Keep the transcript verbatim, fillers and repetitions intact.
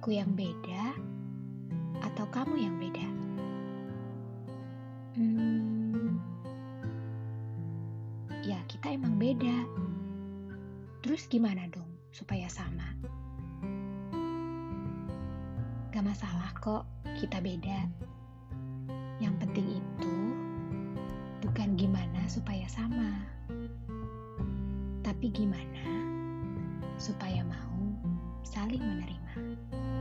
Aku yang beda atau kamu yang beda? Hmm, ya kita emang beda. Terus gimana dong supaya sama? Gak masalah kok kita beda. Yang penting itu bukan gimana supaya sama, tapi gimana supaya mau saling menerima.